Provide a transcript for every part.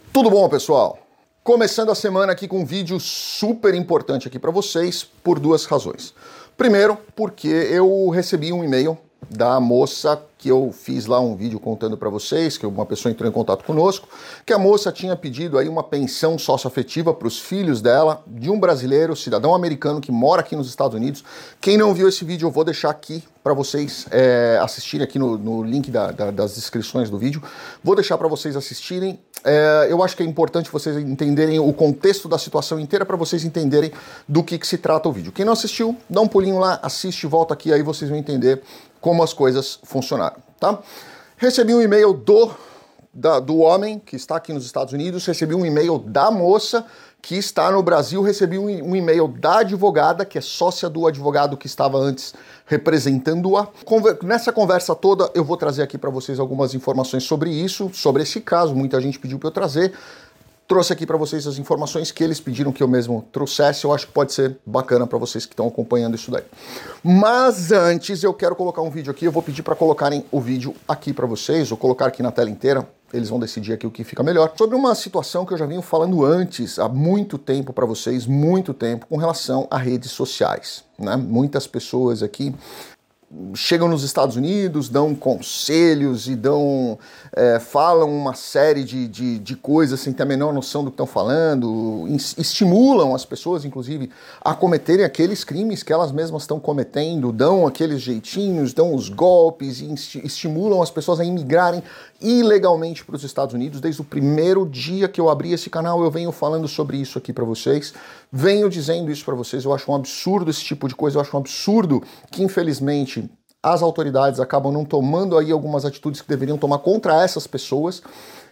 Tudo bom, pessoal? Começando a semana aqui com um vídeo super importante aqui para vocês por duas razões. Primeiro, porque eu recebi um e-mail da moça que eu fiz lá um vídeo contando para vocês, que uma pessoa entrou em contato conosco, que a moça tinha pedido aí uma pensão socioafetiva para os filhos dela, de um brasileiro, cidadão americano que mora aqui nos Estados Unidos. Quem não viu esse vídeo, eu vou deixar aqui para vocês assistirem aqui no link das descrições do vídeo. Vou deixar para vocês assistirem. Eu acho que é importante vocês entenderem o contexto da situação inteira para vocês entenderem do que se trata o vídeo. Quem não assistiu, dá um pulinho lá, assiste, volta aqui, aí vocês vão entender como as coisas funcionaram, tá? Recebi um e-mail do homem que está aqui nos Estados Unidos, recebi um e-mail da moça que está no Brasil, recebi um e-mail da advogada, que é sócia do advogado que estava antes representando-a. Nessa conversa toda, eu vou trazer aqui para vocês algumas informações sobre isso, sobre esse caso, muita gente pediu para eu trazer. Trouxe aqui para vocês as informações que eles pediram que eu mesmo trouxesse. Eu acho que pode ser bacana para vocês que estão acompanhando isso daí. Mas antes eu quero colocar um vídeo aqui. Eu vou pedir para colocarem o vídeo aqui para vocês, ou colocar aqui na tela inteira. Eles vão decidir aqui o que fica melhor. Sobre uma situação que eu já venho falando antes, há muito tempo para vocês, muito tempo, com relação a redes sociais, né? Muitas pessoas aqui chegam nos Estados Unidos, dão conselhos e falam uma série de coisas sem ter a menor noção do que estão falando, estimulam as pessoas, inclusive, a cometerem aqueles crimes que elas mesmas estão cometendo, dão aqueles jeitinhos, dão os golpes e estimulam as pessoas a imigrarem ilegalmente para os Estados Unidos. Desde o primeiro dia que eu abri esse canal, eu venho falando sobre isso aqui para vocês, venho dizendo isso para vocês. Eu acho um absurdo esse tipo de coisa, eu acho um absurdo que, infelizmente, as autoridades acabam não tomando aí algumas atitudes que deveriam tomar contra essas pessoas.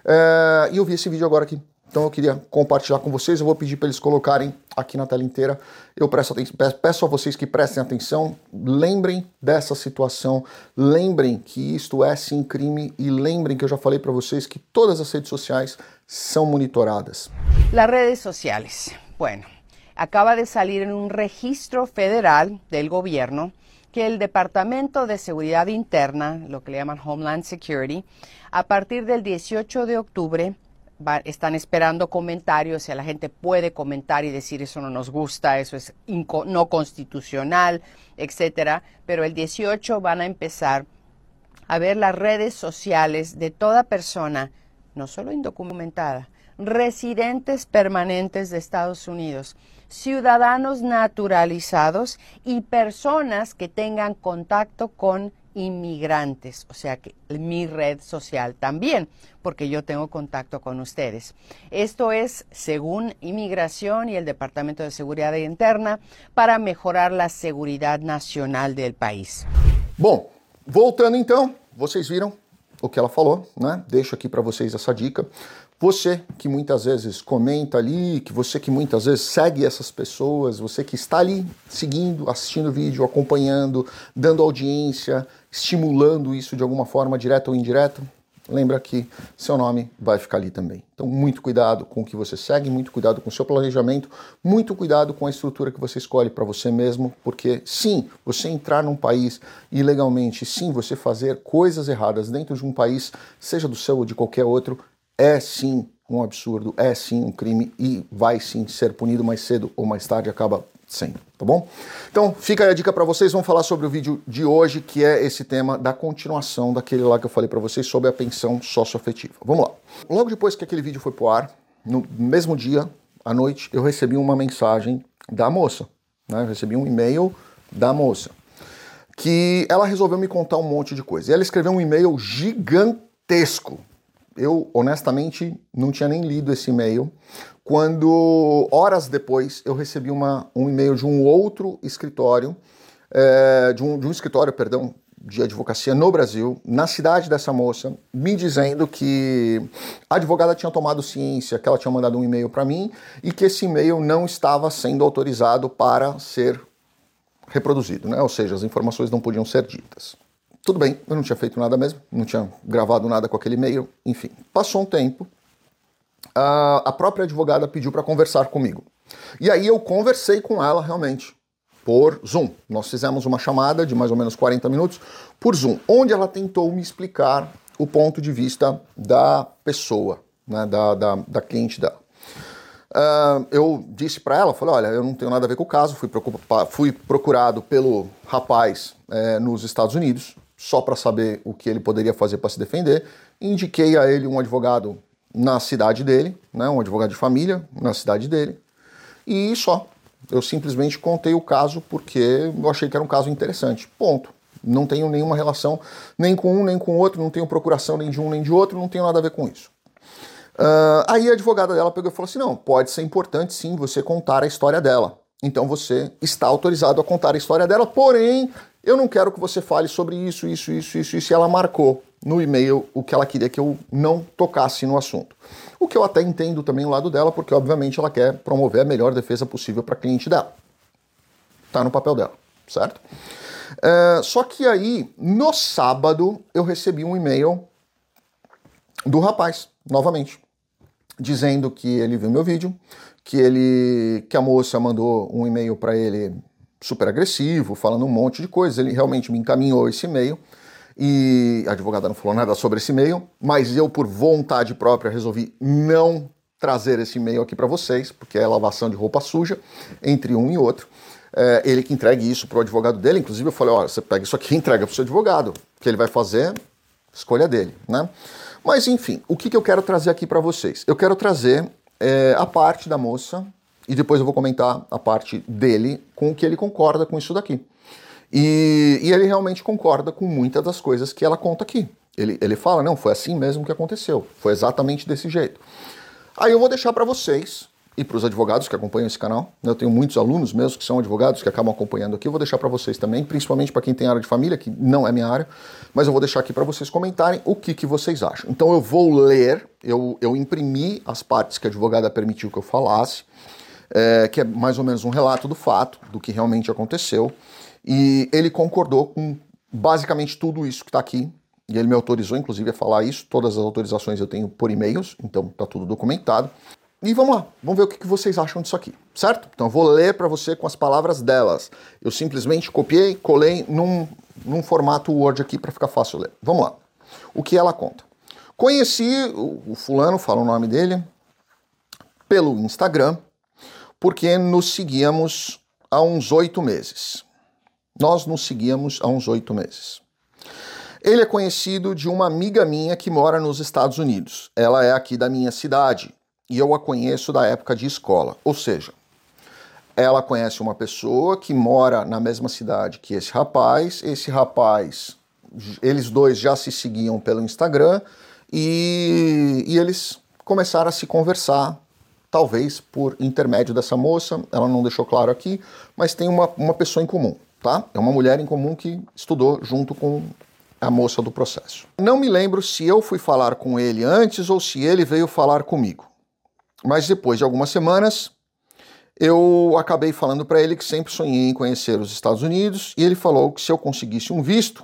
E eu vi esse vídeo agora aqui, então eu queria compartilhar com vocês. Eu vou pedir para eles colocarem aqui na tela inteira. Eu peço a vocês que prestem atenção, lembrem dessa situação, lembrem que isto é sim crime e lembrem que eu já falei para vocês que todas as redes sociais são monitoradas. Las redes sociales. Bueno, acaba de salir en un registro federal del gobierno que el Departamento de Seguridad Interna, lo que le llaman Homeland Security, a partir del 18 de octubre están esperando comentarios, si la gente puede comentar y decir eso no nos gusta, eso es no constitucional, etcétera, pero el 18 van a empezar a ver las redes sociales de toda persona, no solo indocumentada, residentes permanentes de Estados Unidos, ciudadanos naturalizados y personas que tengan contacto con inmigrantes, o sea que mi red social también, porque yo tengo contacto con ustedes. Esto es según Inmigración y el Departamento de Seguridad Interna para mejorar la seguridad nacional del país. Bom, voltando então, vocês viram o que ela falou, né? Deixo aqui para vocês essa dica. Você que muitas vezes comenta ali, você que muitas vezes segue essas pessoas, você que está ali seguindo, assistindo o vídeo, acompanhando, dando audiência, estimulando isso de alguma forma, direta ou indireta, lembra que seu nome vai ficar ali também. Então, muito cuidado com o que você segue, muito cuidado com o seu planejamento, muito cuidado com a estrutura que você escolhe para você mesmo, porque sim, você entrar num país ilegalmente, sim, você fazer coisas erradas dentro de um país, seja do seu ou de qualquer outro, é sim um absurdo, é sim um crime e vai sim ser punido mais cedo ou mais tarde, acaba sendo, tá bom? Então fica aí a dica para vocês, vamos falar sobre o vídeo de hoje, que é esse tema da continuação daquele lá que eu falei para vocês sobre a pensão socioafetiva. Vamos lá. Logo depois que aquele vídeo foi pro ar, no mesmo dia, à noite, eu recebi uma mensagem da moça, né? Eu recebi um e-mail da moça, que ela resolveu me contar um monte de coisa. E ela escreveu um e-mail gigantesco. Eu, honestamente, não tinha nem lido esse e-mail, quando, horas depois, eu recebi um e-mail de um outro escritório, de um escritório, perdão, de advocacia no Brasil, na cidade dessa moça, me dizendo que a advogada tinha tomado ciência, que ela tinha mandado um e-mail para mim e que esse e-mail não estava sendo autorizado para ser reproduzido, né? Ou seja, as informações não podiam ser ditas. Tudo bem, eu não tinha feito nada mesmo, não tinha gravado nada com aquele e-mail, enfim. Passou um tempo, a própria advogada pediu para conversar comigo. E aí eu conversei com ela realmente, por Zoom. Nós fizemos uma chamada de mais ou menos 40 minutos por Zoom, onde ela tentou me explicar o ponto de vista da pessoa, né, da cliente dela. Eu disse para ela, falei, olha, eu não tenho nada a ver com o caso, fui procurado pelo rapaz nos Estados Unidos, só para saber o que ele poderia fazer para se defender. Indiquei a ele um advogado na cidade dele, né, um advogado de família na cidade dele, e só. Eu simplesmente contei o caso porque eu achei que era um caso interessante. Ponto. Não tenho nenhuma relação nem com um nem com o outro, não tenho procuração nem de um nem de outro, não tenho nada a ver com isso. Aí a advogada dela pegou e falou assim, não, pode ser importante sim você contar a história dela. Então você está autorizado a contar a história dela, porém eu não quero que você fale sobre isso. E ela marcou no e-mail o que ela queria que eu não tocasse no assunto. O que eu até entendo também o lado dela, porque obviamente ela quer promover a melhor defesa possível para a cliente dela. Tá no papel dela, certo? Só que aí, no sábado, eu recebi um e-mail do rapaz, novamente, dizendo que ele viu meu vídeo, que a moça mandou um e-mail para ele super agressivo, falando um monte de coisas. Ele realmente me encaminhou esse e-mail e a advogada não falou nada sobre esse e-mail, mas eu, por vontade própria, resolvi não trazer esse e-mail aqui para vocês, porque é lavação de roupa suja entre um e outro. Ele que entregue isso para o advogado dele. Inclusive eu falei, olha, você pega isso aqui e entrega para o seu advogado. O que ele vai fazer, escolha dele, né? Mas enfim, o que eu quero trazer aqui para vocês? Eu quero trazer a parte da moça e depois eu vou comentar a parte dele com o que ele concorda com isso daqui. E ele realmente concorda com muitas das coisas que ela conta aqui. Ele fala, não, foi assim mesmo que aconteceu. Foi exatamente desse jeito. Aí eu vou deixar para vocês e para os advogados que acompanham esse canal. Eu tenho muitos alunos mesmo que são advogados que acabam acompanhando aqui. Eu vou deixar para vocês também, principalmente para quem tem área de família, que não é minha área, mas eu vou deixar aqui para vocês comentarem o que vocês acham. Então eu vou ler, eu imprimi as partes que a advogada permitiu que eu falasse, que é mais ou menos um relato do fato, do que realmente aconteceu, e ele concordou com basicamente tudo isso que está aqui, e ele me autorizou, inclusive, a falar isso. Todas as autorizações eu tenho por e-mails, então está tudo documentado. E vamos lá, vamos ver o que vocês acham disso aqui, certo? Então eu vou ler para você com as palavras delas. Eu simplesmente copiei, colei num formato Word aqui para ficar fácil ler. Vamos lá. O que ela conta? Conheci o fulano, fala o nome dele, pelo Instagram, porque nos seguíamos há uns 8 meses. Nós nos seguíamos há uns 8 meses. Ele é conhecido de uma amiga minha que mora nos Estados Unidos. Ela é aqui da minha cidade. E eu a conheço da época de escola. Ou seja, ela conhece uma pessoa que mora na mesma cidade que esse rapaz. Esse rapaz, eles dois já se seguiam pelo Instagram e eles começaram a se conversar, talvez por intermédio dessa moça. Ela não deixou claro aqui, mas tem uma pessoa em comum, tá? É uma mulher em comum que estudou junto com a moça do processo. Não me lembro se eu fui falar com ele antes ou se ele veio falar comigo. Mas depois de algumas semanas, eu acabei falando para ele que sempre sonhei em conhecer os Estados Unidos e ele falou que se eu conseguisse um visto,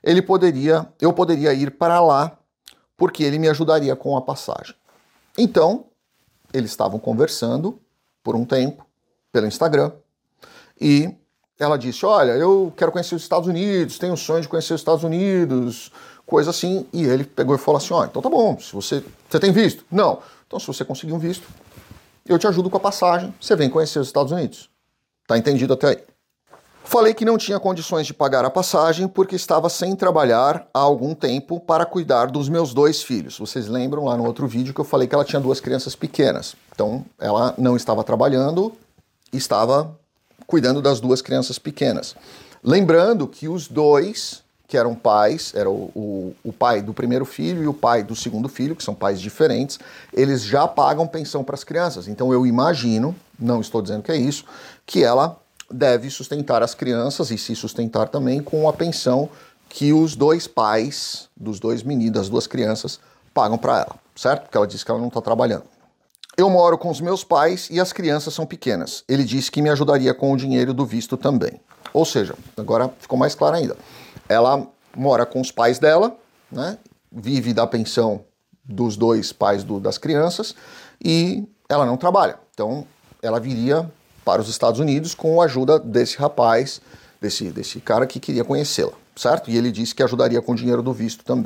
eu poderia ir para lá porque ele me ajudaria com a passagem. Então, eles estavam conversando por um tempo pelo Instagram e ela disse, olha, eu quero conhecer os Estados Unidos, tenho o sonho de conhecer os Estados Unidos, coisa assim. E ele pegou e falou assim, ó, então tá bom, se você tem visto? Não. Então, se você conseguir um visto, eu te ajudo com a passagem, você vem conhecer os Estados Unidos. Tá entendido até aí? Falei que não tinha condições de pagar a passagem porque estava sem trabalhar há algum tempo para cuidar dos meus 2 filhos. Vocês lembram lá no outro vídeo que eu falei que ela tinha 2 crianças pequenas. Então, ela não estava trabalhando, estava cuidando das 2 crianças pequenas. Lembrando que os 2... que eram pais, era o pai do primeiro filho e o pai do segundo filho, que são pais diferentes, eles já pagam pensão para as crianças. Então eu imagino, não estou dizendo que é isso, que ela deve sustentar as crianças e se sustentar também com a pensão que os 2 pais dos 2 meninos, das 2 crianças, pagam para ela, certo? Porque ela disse que ela não está trabalhando. Eu moro com os meus pais e as crianças são pequenas. Ele disse que me ajudaria com o dinheiro do visto também. Ou seja, agora ficou mais claro ainda. Ela mora com os pais dela, né? Vive da pensão dos 2 pais das crianças e ela não trabalha. Então, ela viria para os Estados Unidos com a ajuda desse rapaz, desse cara que queria conhecê-la, certo? E ele disse que ajudaria com o dinheiro do visto também.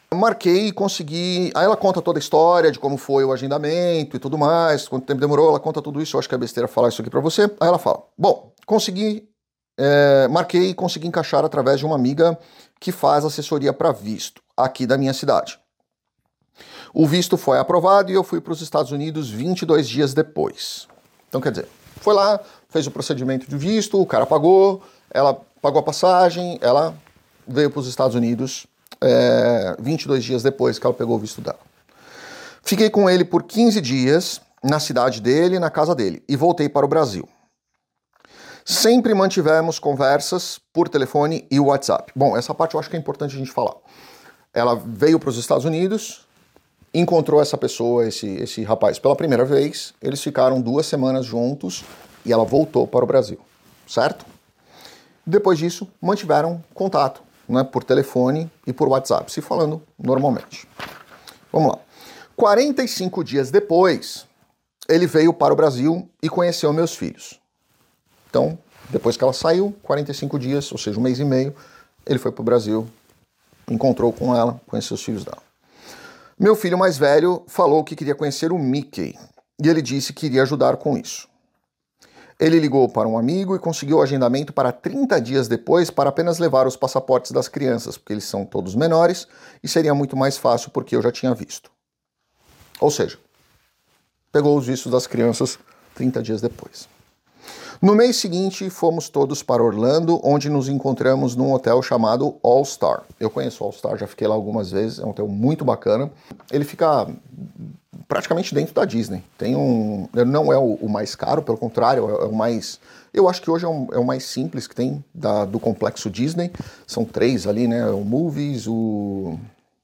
Marquei e consegui... Aí ela conta toda a história de como foi o agendamento e tudo mais, quanto tempo demorou, ela conta tudo isso, eu acho que é besteira falar isso aqui pra você. Aí ela fala, bom, marquei e consegui encaixar através de uma amiga que faz assessoria para visto, aqui da minha cidade. O visto foi aprovado e eu fui para os Estados Unidos 22 dias depois. Então, quer dizer, foi lá, fez o procedimento de visto, o cara pagou, ela pagou a passagem, ela veio para os Estados Unidos 22 dias depois que ela pegou o visto dela. Fiquei com ele por 15 dias na cidade dele, na casa dele, e voltei para o Brasil. Sempre mantivemos conversas por telefone e WhatsApp. Bom, essa parte eu acho que é importante a gente falar. Ela veio para os Estados Unidos, encontrou essa pessoa, esse rapaz, pela primeira vez, eles ficaram 2 semanas juntos e ela voltou para o Brasil, certo? Depois disso, mantiveram contato, né, por telefone e por WhatsApp, se falando normalmente. Vamos lá. 45 dias depois, ele veio para o Brasil e conheceu meus filhos. Então, depois que ela saiu, 45 dias, ou seja, 1 mês e meio, ele foi para o Brasil, encontrou com ela, conheceu os filhos dela. Meu filho mais velho falou que queria conhecer o Mickey e ele disse que iria ajudar com isso. Ele ligou para um amigo e conseguiu o agendamento para 30 dias depois para apenas levar os passaportes das crianças, porque eles são todos menores e seria muito mais fácil porque eu já tinha visto. Ou seja, pegou os vistos das crianças 30 dias depois. No mês seguinte, fomos todos para Orlando, onde nos encontramos num hotel chamado All Star. Eu conheço o All Star, já fiquei lá algumas vezes, é um hotel muito bacana. Ele fica praticamente dentro da Disney. Não é o mais caro, pelo contrário, é o mais... Eu acho que hoje é o mais simples que tem do complexo Disney. São 3 ali, né? O Movies, o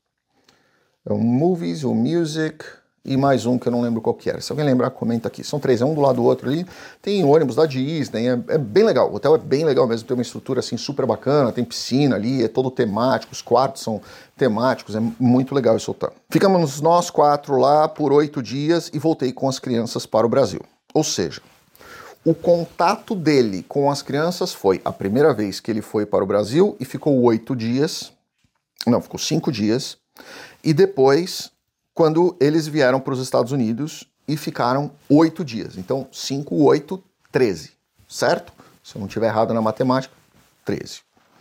Music... e mais um que eu não lembro qual que era. Se alguém lembrar, comenta aqui. São 3, é um do lado do outro ali. Tem ônibus da Disney, é bem legal. O hotel é bem legal mesmo, tem uma estrutura assim super bacana, tem piscina ali, é todo temático, os quartos são temáticos, é muito legal esse hotel. Ficamos nós 4 lá por 8 dias e voltei com as crianças para o Brasil. Ou seja, o contato dele com as crianças foi a primeira vez que ele foi para o Brasil e ficou 8 dias, não, ficou 5 dias, e depois... quando eles vieram para os Estados Unidos e ficaram 8 dias. Então, 5, 8, 13, certo? Se eu não estiver errado na matemática, 13.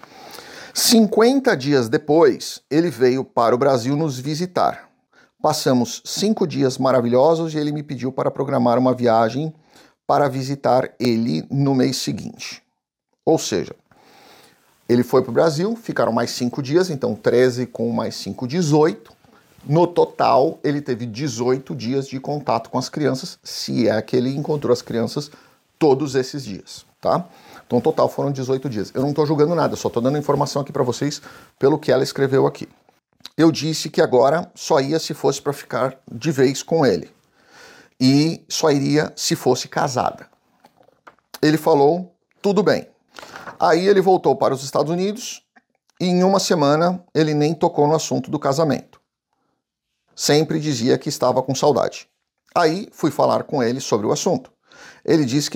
50 dias depois, ele veio para o Brasil nos visitar. Passamos 5 dias maravilhosos e ele me pediu para programar uma viagem para visitar ele no mês seguinte. Ou seja, ele foi para o Brasil, ficaram mais 5 dias, então 13 com mais 5, 18. No total, ele teve 18 dias de contato com as crianças, se é que ele encontrou as crianças todos esses dias, tá? Então, no total foram 18 dias. Eu não estou julgando nada, só estou dando informação aqui para vocês pelo que ela escreveu aqui. Eu disse que agora só ia se fosse para ficar de vez com ele. E só iria se fosse casada. Ele falou, tudo bem. Aí ele voltou para os Estados Unidos e em 1 semana ele nem tocou no assunto do casamento. Sempre dizia que estava com saudade. Aí fui falar com ele sobre o assunto. Ele disse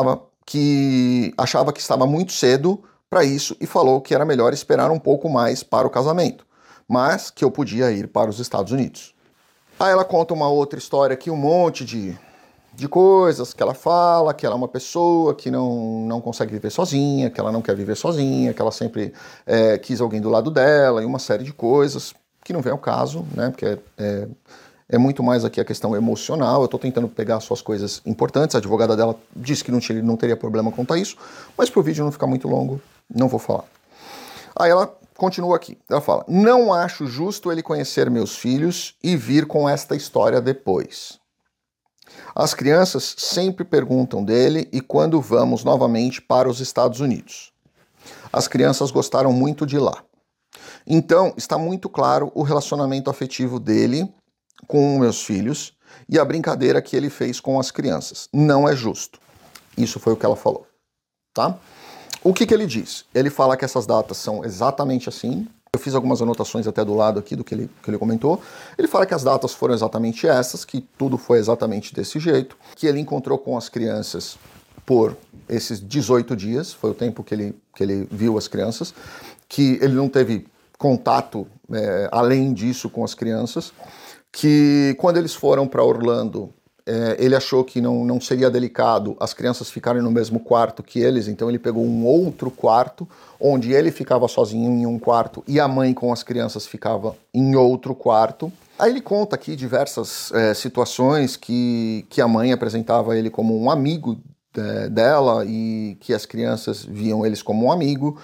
que achava que estava muito cedo para isso e falou que era melhor esperar um pouco mais para o casamento, mas que eu podia ir para os Estados Unidos. Aí ela conta uma outra história aqui, um monte de coisas que ela fala, que ela é uma pessoa que não consegue viver sozinha, que ela não quer viver sozinha, que ela sempre quis alguém do lado dela e uma série de coisas que não vem ao caso, né? Porque é muito mais aqui a questão emocional. Eu estou tentando pegar suas coisas importantes. A advogada dela disse que não teria problema quanto a isso, mas para o vídeo não ficar muito longo, não vou falar. Aí ela continua aqui. Ela fala, não acho justo ele conhecer meus filhos e vir com esta história depois. As crianças sempre perguntam dele e quando vamos novamente para os Estados Unidos. As crianças gostaram muito de lá. Então, está muito claro o relacionamento afetivo dele com meus filhos e a brincadeira que ele fez com as crianças. Não é justo. Isso foi o que ela falou, tá? O que ele diz? Ele fala que essas datas são exatamente assim. Eu fiz algumas anotações até do lado aqui do que ele comentou. Ele fala que as datas foram exatamente essas, que tudo foi exatamente desse jeito, que ele encontrou com as crianças por esses 18 dias, foi o tempo que ele viu as crianças, que ele não teve contato além disso com as crianças, que quando eles foram para Orlando, ele achou que não seria delicado as crianças ficarem no mesmo quarto que eles, então ele pegou um outro quarto, onde ele ficava sozinho em um quarto e a mãe com as crianças ficava em outro quarto. Aí ele conta aqui diversas situações que a mãe apresentava ele como um amigo dela e que as crianças viam eles como um amigo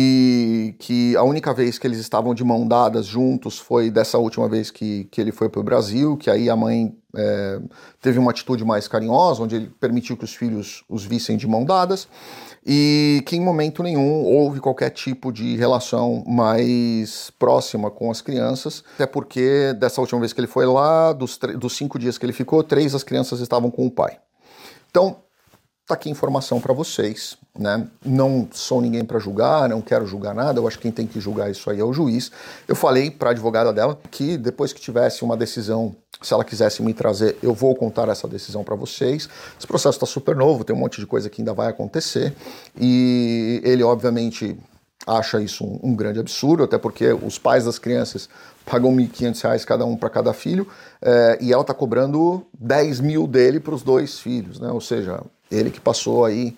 e que a única vez que eles estavam de mão dadas juntos foi dessa última vez que ele foi para o Brasil, que aí a mãe teve uma atitude mais carinhosa, onde ele permitiu que os filhos os vissem de mão dadas e que em momento nenhum houve qualquer tipo de relação mais próxima com as crianças, até porque dessa última vez que ele foi lá, dos 5 dias que ele ficou, 3 das crianças estavam com o pai. Então, tá aqui informação para vocês, né? Não sou ninguém para julgar, não quero julgar nada, eu acho que quem tem que julgar isso aí é o juiz. Eu falei para a advogada dela que depois que tivesse uma decisão, se ela quisesse me trazer, eu vou contar essa decisão para vocês. Esse processo está super novo, tem um monte de coisa que ainda vai acontecer e ele obviamente acha isso um grande absurdo, até porque os pais das crianças pagam R$ 1.500 cada um para cada filho e ela está cobrando 10 mil dele para os 2 filhos, né? Ou seja, ele que passou aí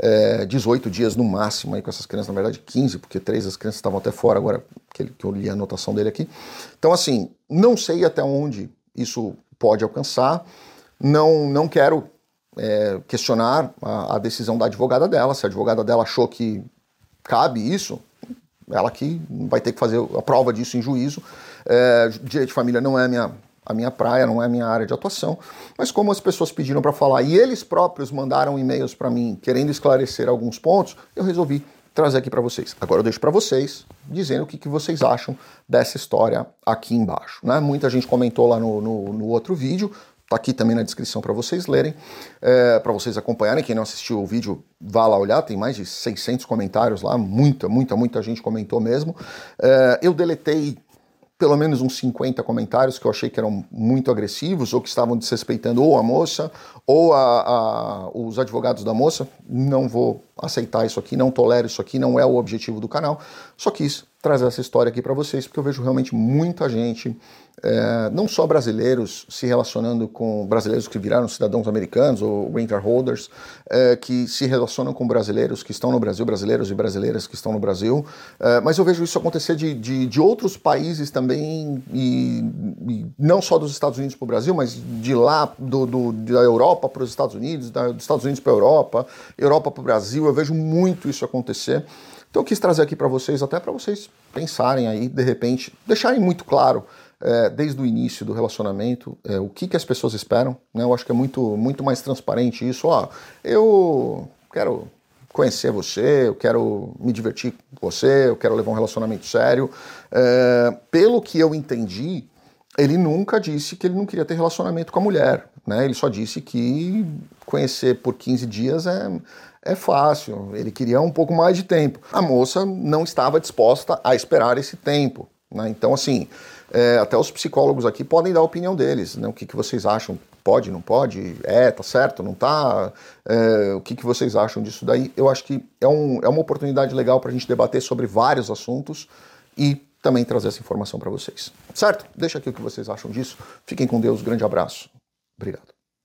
18 dias no máximo aí com essas crianças, na verdade 15, porque 3 das crianças estavam até fora, agora que eu li a anotação dele aqui. Então assim, não sei até onde isso pode alcançar, não quero questionar a decisão da advogada dela, se a advogada dela achou que cabe isso, ela que vai ter que fazer a prova disso em juízo. Direito de família não é a minha praia, não é a minha área de atuação, mas como as pessoas pediram para falar e eles próprios mandaram e-mails para mim querendo esclarecer alguns pontos, eu resolvi trazer aqui para vocês. Agora eu deixo para vocês dizendo o que vocês acham dessa história aqui embaixo, né? Muita gente comentou lá no outro vídeo, tá aqui também na descrição para vocês lerem, para vocês acompanharem. Quem não assistiu o vídeo, vá lá olhar, tem mais de 600 comentários lá, muita gente comentou mesmo. Eu deletei pelo menos uns 50 comentários que eu achei que eram muito agressivos ou que estavam desrespeitando ou a moça ou os advogados da moça. Não vou aceitar isso aqui, não tolero isso aqui, não é o objetivo do canal. Só quis trazer essa história aqui para vocês, porque eu vejo realmente muita gente, não só brasileiros se relacionando com brasileiros que viraram cidadãos americanos ou green card holders, que se relacionam com brasileiros que estão no Brasil, brasileiros e brasileiras que estão no Brasil, mas eu vejo isso acontecer de outros países também, e não só dos Estados Unidos para o Brasil, mas de lá, da Europa para os Estados Unidos, dos Estados Unidos para a Europa para o Brasil. Eu vejo muito isso acontecer. Então eu quis trazer aqui para vocês, até para vocês pensarem aí, de repente, deixarem muito claro desde o início do relacionamento o que as pessoas esperam, né? Eu acho que é muito mais transparente isso. Eu quero conhecer você, eu quero me divertir com você, eu quero levar um relacionamento sério. Pelo que eu entendi, ele nunca disse que ele não queria ter relacionamento com a mulher, né? Ele só disse que conhecer por 15 dias é fácil, ele queria um pouco mais de tempo. A moça não estava disposta a esperar esse tempo, né? Então, assim, até os psicólogos aqui podem dar a opinião deles, né? O que vocês acham? Pode, não pode? Tá certo, não tá? O que vocês acham disso daí? Eu acho que é uma oportunidade legal para a gente debater sobre vários assuntos e também trazer essa informação para vocês. Certo? Deixa aqui o que vocês acham disso. Fiquem com Deus, grande abraço. Obrigado.